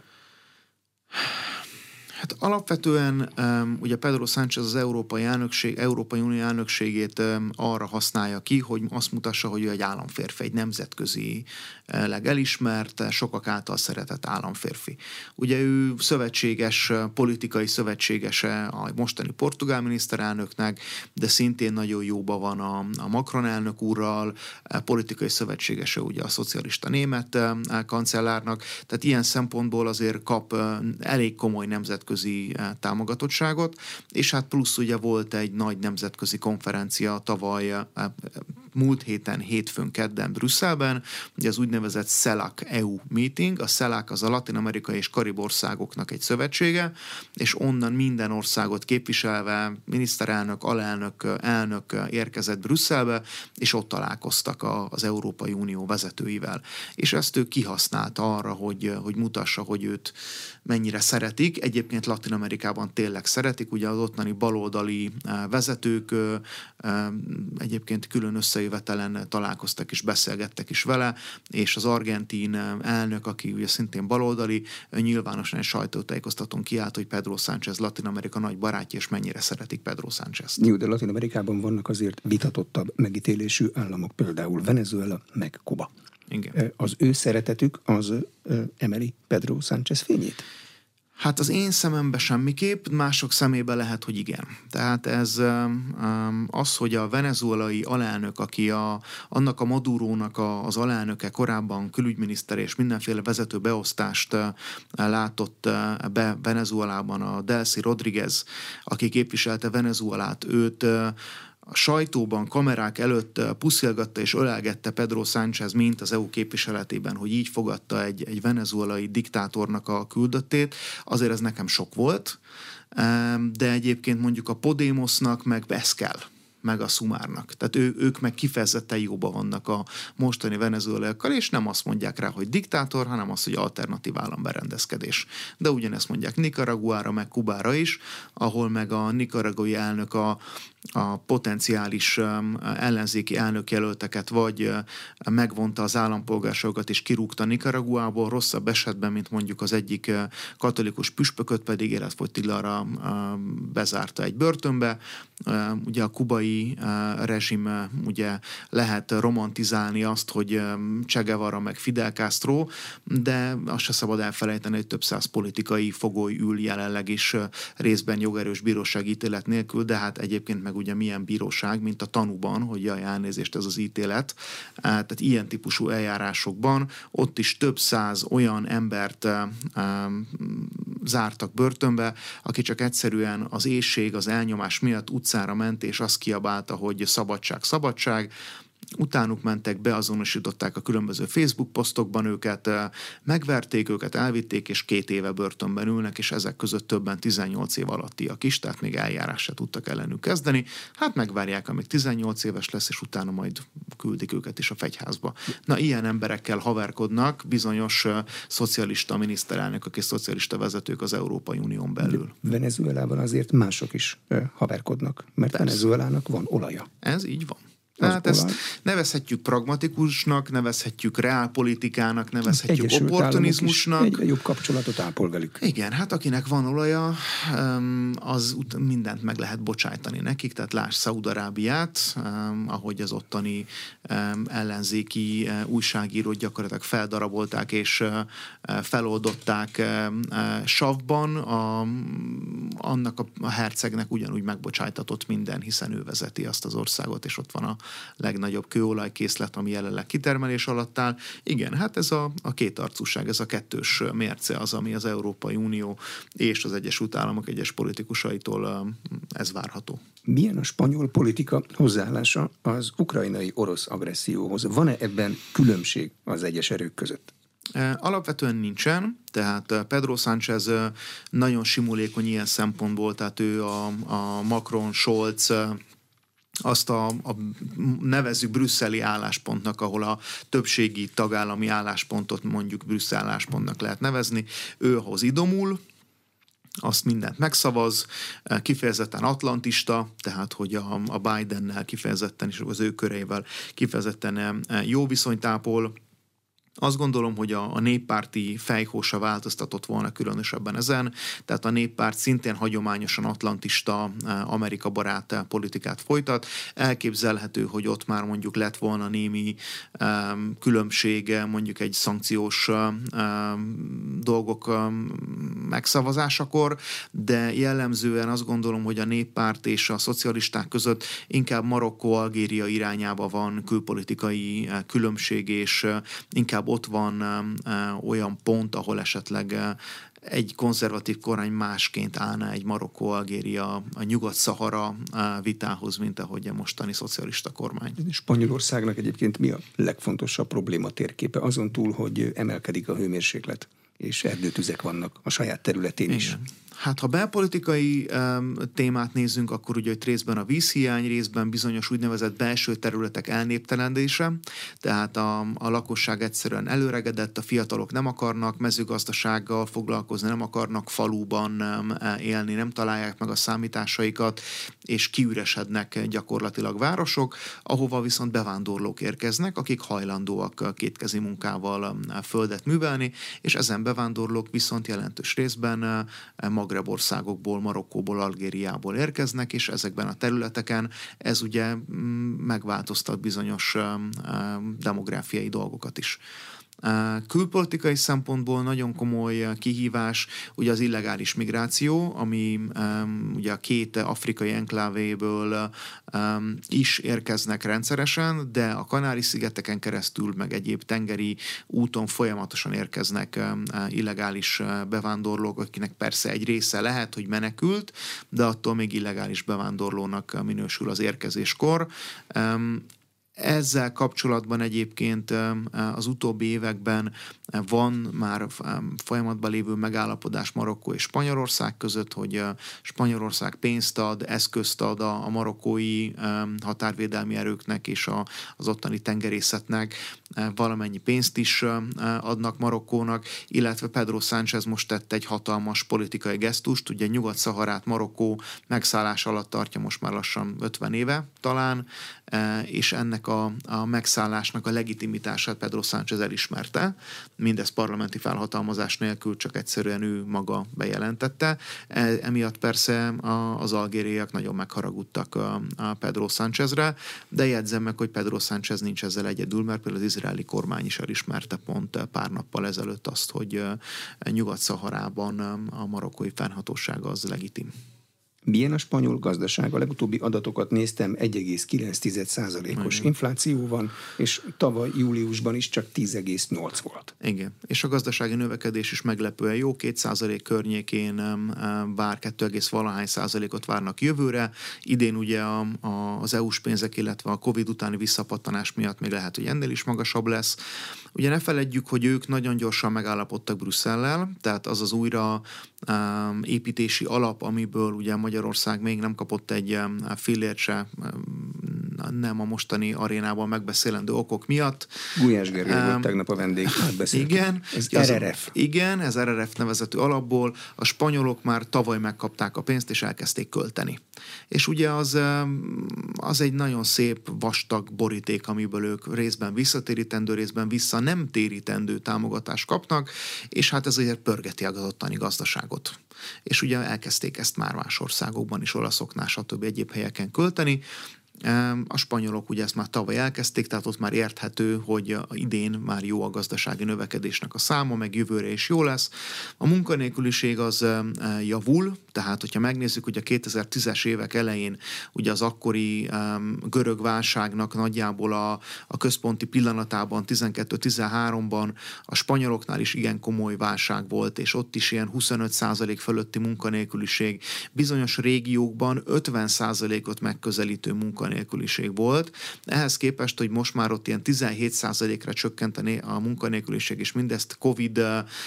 Hát alapvetően um, ugye Pedro Sánchez az Európai Elnökség, Európai Unió elnökségét um, arra használja ki, hogy azt mutassa, hogy ő egy államférfi, egy nemzetközi elismert, sokak által szeretett államférfi. Ugye ő szövetséges, politikai szövetségese a mostani portugál miniszterelnöknek, de szintén nagyon jóban van a, a Macron elnök úrral, politikai szövetségese ugye a szocialista német kancellárnak, tehát ilyen szempontból azért kap elég komoly nemzetközi támogatottságot, és hát plusz ugye volt egy nagy nemzetközi konferencia tavaly múlt héten, hétfőn, kedden Brüsszelben, ugye az úgynevezett CELAC é u meeting, a CELAC az a latin-amerikai és karib országoknak egy szövetsége, és onnan minden országot képviselve miniszterelnök, alelnök, elnök érkezett Brüsszelbe, és ott találkoztak a, az Európai Unió vezetőivel. És ezt ő kihasználta arra, hogy, hogy mutassa, hogy őt mennyire szeretik. Egyébként Latin-Amerikában tényleg szeretik, ugye az ottani baloldali vezetők egyébként külön összejövetelen találkoztak és beszélgettek is vele, és az argentin elnök, aki ugye szintén baloldali, nyilvánosan egy sajtótájékoztatón kiállt, hogy Pedro Sánchez Latin-Amerika nagy barátja, és mennyire szeretik Pedro Sánchez-t. Jó, de Latin-Amerikában vannak azért vitatottabb megítélésű államok, például Venezuela, meg Kuba. Igen. Az ő szeretetük az emeli Pedro Sánchez fényét? Hát az én szememben semmiképp, mások szemében lehet, hogy igen. Tehát ez az, hogy a venezuelai alelnök, aki a, annak a Madurónak a, az alelnöke, korábban külügyminiszter és mindenféle vezető beosztást látott be Venezuelában, a Delcy Rodriguez, aki képviselte Venezuelát, őt a sajtóban, kamerák előtt puszilgatta és ölelgette Pedro Sánchez, mint az é u képviseletében, hogy így fogadta egy, egy venezuelai diktátornak a küldöttét. Azért ez nekem sok volt, de egyébként mondjuk a Podemosnak meg ez kell, meg a Sumárnak. Tehát ő, ők meg kifejezetten jóban vannak a mostani venezuelaiakkal, és nem azt mondják rá, hogy diktátor, hanem azt, hogy alternatív államberendezkedés. De ugyanezt mondják Nicaraguára, meg Kubára is, ahol meg a nicaraguai elnök a a potenciális ellenzéki elnökjelölteket vagy megvonta az állampolgárságokat és kirúgta Nicaraguából, rosszabb esetben, mint mondjuk az egyik katolikus püspököt pedig életfogytiglanra bezárta egy börtönbe. Ugye a kubai rezsim ugye lehet romantizálni azt, hogy Che Guevara meg Fidel Castro, de azt se szabad elfelejteni, hogy több száz politikai fogoly ül jelenleg is részben jogerős bírósági ítélet nélkül, de hát egyébként meg ugye milyen bíróság, mint a tanúban, hogy jaj, elnézést, ez az ítélet. Tehát ilyen típusú eljárásokban ott is több száz olyan embert zártak börtönbe, aki csak egyszerűen az éhség, az elnyomás miatt utcára ment, és azt kiabálta, hogy szabadság, szabadság. Utánuk mentek, beazonosították a különböző Facebook posztokban őket, megverték őket, elvitték, és két éve börtönben ülnek, és ezek között többen tizennyolc év alattiak is, tehát még eljárás se tudtak ellenük kezdeni. Hát megvárják, amíg tizennyolc éves lesz, és utána majd küldik őket is a fegyházba. Na, ilyen emberekkel haverkodnak bizonyos uh, szocialista miniszterelnökök és szocialista vezetők az Európai Unión belül. De Venezuelában azért mások is uh, haverkodnak, mert Persze. Venezuelának van olaja. Ez így van. Tehát ezt nevezhetjük pragmatikusnak, nevezhetjük reálpolitikának, nevezhetjük Egyesült opportunizmusnak. Egyre jobb kapcsolatot ápol velük. Igen, hát akinek van olaja, az mindent meg lehet bocsájtani nekik, tehát láss Szaúd-Arábiát, ahogy az ottani ellenzéki újságírót gyakorlatilag feldarabolták és feloldották savban, a, annak a hercegnek ugyanúgy megbocsájtatott minden, hiszen ő vezeti azt az országot, és ott van a legnagyobb kőolajkészlet, ami jelenleg kitermelés alatt áll. Igen, hát ez a, a kétarcúság, ez a kettős mérce az, ami az Európai Unió és az Egyesült Államok egyes politikusaitól ez várható. Milyen a spanyol politika hozzáállása az ukrajnai orosz agresszióhoz? Van-e ebben különbség az egyes erők között? Alapvetően nincsen, tehát Pedro Sánchez nagyon simulékony ilyen szempontból, tehát ő a, a Macron, Scholz, azt a, a nevezzük brüsszeli álláspontnak, ahol a többségi tagállami álláspontot mondjuk Brüsszel álláspontnak lehet nevezni, ő ahhoz idomul, azt mindent megszavaz, kifejezetten atlantista, tehát hogy a, a Bidennel kifejezetten és az ő köreivel kifejezetten jó viszonyt ápol. Azt gondolom, hogy a, a néppárti fejhósa változtatott volna különösebben ezen, tehát a néppárt szintén hagyományosan atlantista, Amerika barát politikát folytat. Elképzelhető, hogy ott már mondjuk lett volna némi um, különbsége mondjuk egy szankciós um, dolgok um, megszavazásakor, de jellemzően azt gondolom, hogy a néppárt és a szocialisták között inkább Marokkó-Algéria irányába van külpolitikai uh, különbség, és uh, inkább ott van uh, olyan pont, ahol esetleg uh, egy konzervatív kormány másként állna egy Marokkó-Algéria, a Nyugat-Szahara uh, vitához, mint ahogy a mostani szocialista kormány. Spanyolországnak egyébként mi a legfontosabb probléma térképe azon túl, hogy emelkedik a hőmérséklet, és erdőtüzek vannak a saját területén is? Igen. Hát ha belpolitikai um, témát nézzünk, akkor ugye itt részben a vízhiány, részben bizonyos úgynevezett belső területek elnéptelendése, tehát a, a lakosság egyszerűen előregedett, a fiatalok nem akarnak mezőgazdasággal foglalkozni, nem akarnak faluban um, élni, nem találják meg a számításaikat, és kiüresednek gyakorlatilag városok, ahova viszont bevándorlók érkeznek, akik hajlandóak kétkezi munkával um, földet művelni, és ezen bevándorlók viszont jelentős részben uh, Magreb országokból, Marokkóból, Algériából érkeznek, és ezekben a területeken ez ugye megváltoztat bizonyos demográfiai dolgokat is. Külpolitikai szempontból nagyon komoly kihívás ugye az illegális migráció, ami um, ugye a két afrikai enklávéből um, is érkeznek rendszeresen, de a Kanári-szigeteken keresztül, meg egyéb tengeri úton folyamatosan érkeznek um, illegális bevándorlók, akinek persze egy része lehet, hogy menekült, de attól még illegális bevándorlónak minősül az érkezéskor. Um, Ezzel kapcsolatban egyébként az utóbbi években van már folyamatban lévő megállapodás Marokkó és Spanyolország között, hogy Spanyolország pénzt ad, eszközt ad a marokkói határvédelmi erőknek és az ottani tengerészetnek, valamennyi pénzt is adnak Marokkónak, illetve Pedro Sánchez most tett egy hatalmas politikai gesztust, ugye Nyugat-Szaharát Marokkó megszállás alatt tartja most már lassan ötven éve talán, és ennek a, a megszállásnak a legitimitását Pedro Sánchez elismerte, mindez parlamenti felhatalmazás nélkül, csak egyszerűen ő maga bejelentette. Emiatt persze az algériaiak nagyon megharagudtak a, a Pedro Sánchezre, de jegyzem meg, hogy Pedro Sánchez nincs ezzel egyedül, mert például az izraeli kormány is elismerte pont pár nappal ezelőtt azt, hogy Nyugat-Szaharában a marokkói fennhatóság az legitim. Milyen a spanyol gazdaság? A legutóbbi adatokat néztem, egy egész kilenc százalékos infláció van, és tavaly júliusban is csak tíz egész nyolc volt. Igen, és a gazdasági növekedés is meglepően jó, két százalék környékén vár, kettő egész valahány százalékot várnak jövőre. Idén ugye a, a, az é u-s pénzek, illetve a Covid utáni visszapattanás miatt még lehet, hogy ennél is magasabb lesz. Ugye ne feledjük, hogy ők nagyon gyorsan megállapodtak Brüsszellel, tehát az az újra um, építési alap, amiből ugye Magyarország még nem kapott egy um, fillért se, um, nem a mostani arénában megbeszélendő okok miatt. Gulyás Gergely um, volt tegnap a vendég, igen. Ez er er ef. Az, igen, ez er er ef nevezetű alapból a spanyolok már tavaly megkapták a pénzt, és elkezdték költeni. És ugye az, az egy nagyon szép vastag boríték, amiből ők részben visszatérítendő, részben vissza nem térítendő támogatást kapnak, és hát ez azért pörgeti az ottani gazdaságot. És ugye elkezdték ezt már más országokban is, olaszoknál, stb. Egyéb helyeken költeni. A spanyolok ugye ezt már tavaly elkezdték, tehát ott már érthető, hogy idén már jó a gazdasági növekedésnek a száma, meg jövőre is jó lesz. A munkanélküliség az javul, tehát hogyha megnézzük, hogy a kétezer-tízes évek elején ugye az akkori um, görög válságnak nagyjából a, a központi pillanatában, tizenkettő-tizenháromban a spanyoloknál is igen komoly válság volt, és ott is ilyen huszonöt százalék fölötti munkanélküliség, bizonyos régiókban ötven százalékot megközelítő munkanélküliség volt. Ehhez képest, hogy most már ott ilyen tizenhét százalékra csökkent a munkanélküliség, és mindezt Covid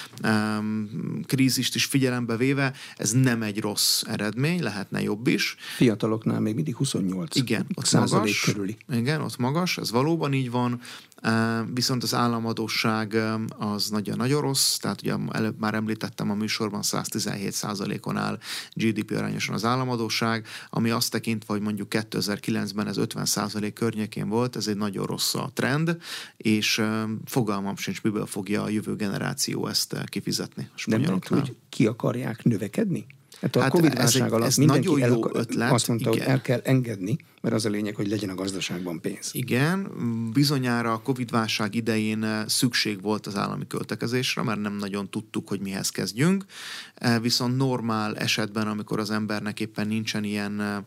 um, krízist is figyelembe véve, ez nem egy rossz eredmény, lehetne jobb is. Fiataloknál még mindig huszonnyolc igen, ott százalék magas, körüli. Igen, ott magas, ez valóban így van, viszont az államadósság az nagyon-nagyon rossz, tehát ugye előbb már említettem a műsorban, száz tizenhét százalékon áll gé dé pé arányosan az államadósság, ami azt tekintve, hogy mondjuk kétezer-kilencben ez ötven százalék környékén volt, ez egy nagyon rossz a trend, és fogalmam sincs, miből fogja a jövő generáció ezt kifizetni a spanyoloknál. Nem lehet, hogy ki akarják növekedni? Hát a hát Covid-válság alatt mindenki el, ötlet, azt mondta, igen. hogy el kell engedni, mert az a lényeg, hogy legyen a gazdaságban pénz. Igen, bizonyára a Covid-válság idején szükség volt az állami költekezésre, mert nem nagyon tudtuk, hogy mihez kezdjünk. Viszont normál esetben, amikor az embernek éppen nincsen ilyen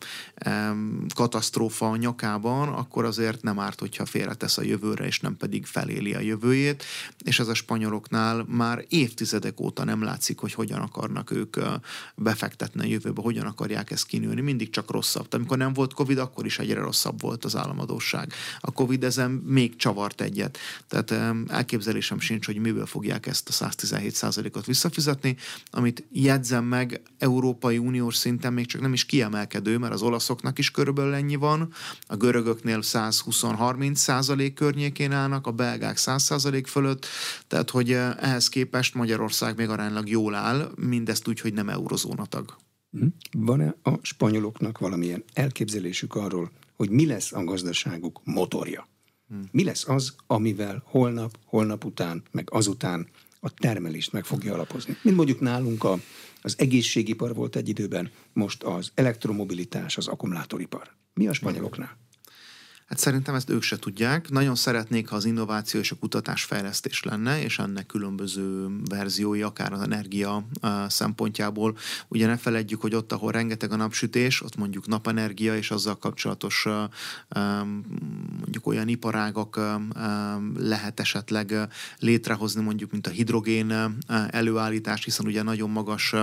katasztrófa a nyakában, akkor azért nem árt, hogyha félretesz a jövőre, és nem pedig feléli a jövőjét. És ez a spanyoloknál már évtizedek óta nem látszik, hogy hogyan akarnak ők befektetni a jövőbe, hogyan akarják ezt kinőni. Mindig csak rosszabb. De amikor nem volt Covid, akkor is egyre rosszabb volt az államadósság. A Covid ezen még csavart egyet. Tehát elképzelésem sincs, hogy miből fogják ezt a száz tizenhét százalékot visszafizetni, amit jegyzem meg, Európai Uniós szinten még csak nem is kiemelkedő, mert az olaszoknak is körülbelül ennyi van, a görögöknél száz húsz-harminc százalék környékén állnak, a belgák száz százalék fölött, tehát hogy ehhez képest Magyarország még aránylag jól áll, mindezt úgy, hogy nem eurozónatag. Van-e a spanyoloknak valamilyen elképzelésük arról, hogy mi lesz a gazdaságuk motorja? Hmm. Mi lesz az, amivel holnap, holnap után, meg azután a termelést meg fogja alapozni? Mint mondjuk nálunk a, az egészségipar volt egy időben, most az elektromobilitás, az akkumulátoripar. Mi a spanyoloknál? Hát szerintem ezt ők se tudják. Nagyon szeretnék, ha az innováció és a kutatás fejlesztés lenne, és ennek különböző verziói, akár az energia szempontjából. Ugye ne feledjük, hogy ott, ahol rengeteg a napsütés, ott mondjuk napenergia és azzal kapcsolatos mondjuk olyan iparágak lehet esetleg létrehozni, mondjuk, mint a hidrogén előállítás, hiszen ugye nagyon magas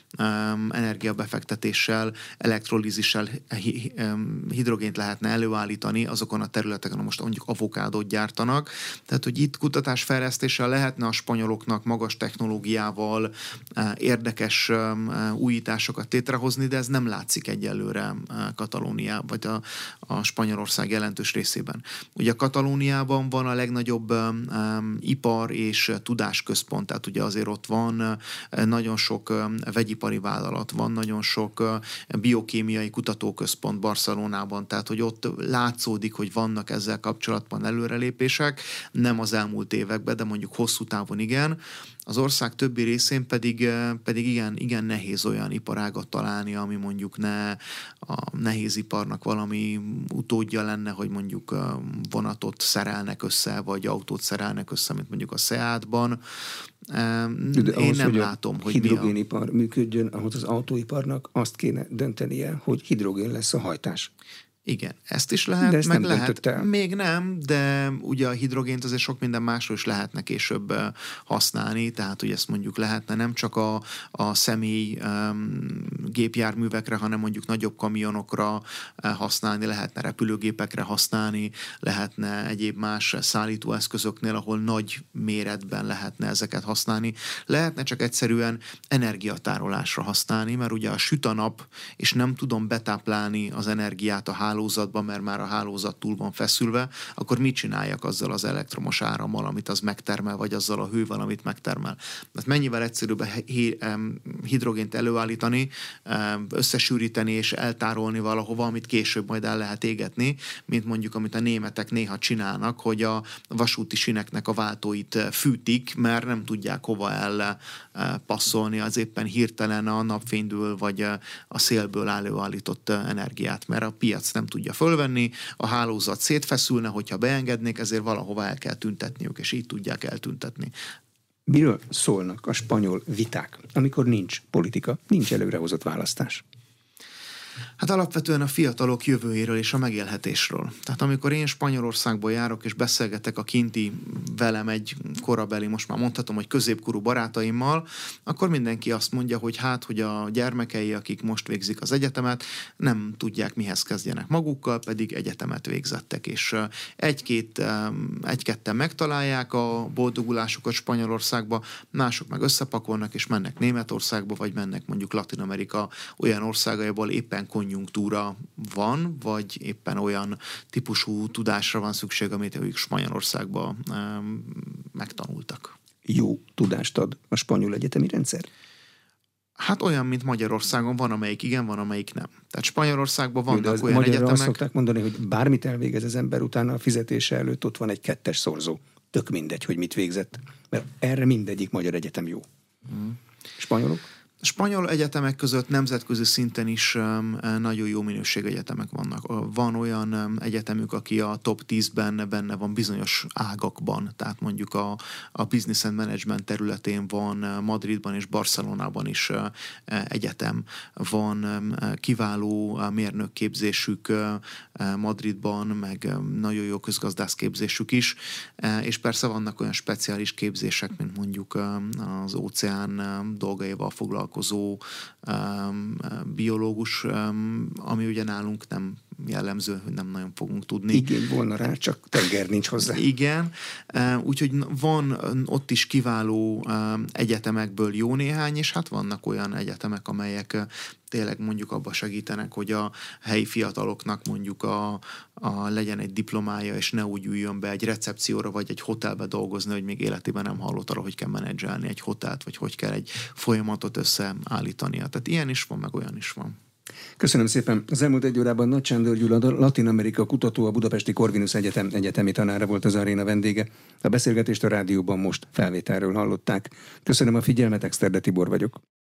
energiabefektetéssel, elektrolízissel hidrogént lehetne előállítani, azokon a területeken, most mondjuk avokádót gyártanak. Tehát, hogy itt kutatásfejlesztéssel lehetne a spanyoloknak magas technológiával érdekes újításokat létrehozni, de ez nem látszik egyelőre Katalóniában, vagy a, a Spanyolország jelentős részében. Ugye Katalóniában van a legnagyobb um, ipar és tudásközpont, tehát ugye azért ott van nagyon sok um, vegyipari vállalat, van nagyon sok uh, biokémiai kutatóközpont Barcelonában, tehát hogy ott látszódik, hogy vannak ezzel kapcsolatban előrelépések, nem az elmúlt években, de mondjuk hosszú távon igen. Az ország többi részén pedig, pedig igen, igen nehéz olyan iparágat találni, ami mondjuk ne a nehéziparnak valami utódja lenne, hogy mondjuk vonatot szerelnek össze, vagy autót szerelnek össze, mint mondjuk a SEAT-ban. Én ahhoz, nem hogy látom, hogy hidrogénipar a... működjön, ahhoz az autóiparnak azt kéne döntenie, hogy hidrogén lesz a hajtás. Igen, ezt is lehet, ezt meg nem lehet, még nem, de ugye a hidrogént azért sok minden másról is lehetne később használni, tehát hogy ezt mondjuk lehetne nem csak a, a személy um, gépjárművekre, hanem mondjuk nagyobb kamionokra használni, lehetne repülőgépekre használni, lehetne egyéb más szállítóeszközöknél, ahol nagy méretben lehetne ezeket használni. Lehetne csak egyszerűen energiatárolásra használni, mert ugye a süt a nap, és nem tudom betáplálni az energiát a hálózatban, hálózatban, mert már a hálózat túl van feszülve, akkor mit csináljak azzal az elektromos árammal, amit az megtermel, vagy azzal a hővel, amit megtermel. Tehát mennyivel egyszerűbb hidrogént előállítani, összesűríteni és eltárolni valahova, amit később majd el lehet égetni, mint mondjuk, amit a németek néha csinálnak, hogy a vasúti sineknek a váltóit fűtik, mert nem tudják hova elpasszolni az éppen hirtelen a napfényből vagy a szélből előállított energiát, mert a piac nem tudja fölvenni, a hálózat szétfeszülne, hogyha beengednék, ezért valahova el kell tüntetniük, és így tudják eltüntetni. Miről szólnak a spanyol viták, amikor nincs politika, nincs előrehozott választás? Hát alapvetően a fiatalok jövőjéről és a megélhetésről. Tehát amikor én Spanyolországból járok és beszélgetek a kinti velem egy korabeli, most már mondhatom, hogy középkorú barátaimmal, akkor mindenki azt mondja, hogy hát, hogy a gyermekei, akik most végzik az egyetemet, nem tudják mihez kezdjenek magukkal, pedig egyetemet végzettek, és egy-két, egy-ketten megtalálják a boldogulásukat Spanyolországba, mások meg összepakolnak és mennek Németországba, vagy mennek mondjuk Latin-Amerika olyan országaiból éppen konjunktúra van, vagy éppen olyan típusú tudásra van szükség, amit ők Spanyolországban um, megtanultak. Jó tudást ad a spanyol egyetemi rendszer? Hát olyan, mint Magyarországon, van amelyik igen, van amelyik nem. Tehát Spanyolországban vannak Jó, olyan egyetemek... azt szokták mondani, hogy bármit elvégez az ember, utána a fizetése előtt ott van egy kettes szorzó. Tök mindegy, hogy mit végzett. Mert erre mindegyik magyar egyetem jó. Hmm. Spanyolok? A spanyol egyetemek között nemzetközi szinten is um, nagyon jó minőségű egyetemek vannak. Van olyan um, egyetemük, aki a top tízben benne van bizonyos ágakban, tehát mondjuk a, a business and management területén van uh, Madridban és Barcelonában is uh, egyetem. Van um, kiváló uh, mérnökképzésük uh, Madridban, meg um, nagyon jó közgazdászképzésük is, uh, és persze vannak olyan speciális képzések, mint mondjuk um, az óceán um, dolgaival foglalkozó um, biológus, um, ami ugye nálunk nem jellemző, hogy nem nagyon fogunk tudni. Igény volna rá, csak tenger nincs hozzá. Igen, uh, úgyhogy van ott is kiváló um, egyetemekből jó néhány, és hát vannak olyan egyetemek, amelyek uh, tényleg mondjuk abba segítenek, hogy a helyi fiataloknak mondjuk a, a legyen egy diplomája, és ne úgy üljön be egy recepcióra, vagy egy hotelbe dolgozni, hogy még életében nem hallott arra, hogy kell menedzselni egy hotelt, vagy hogy kell egy folyamatot összeállítania. Tehát ilyen is van, meg olyan is van. Köszönöm szépen. Az elmúlt egy órában Nagy Sándor Gyula, Latin-Amerika kutató, a Budapesti Corvinus Egyetem egyetemi tanára volt az aréna vendége. A beszélgetést a rádióban most felvételről hallották. Köszönöm a figyelmet, Exterde Tibor vagyok.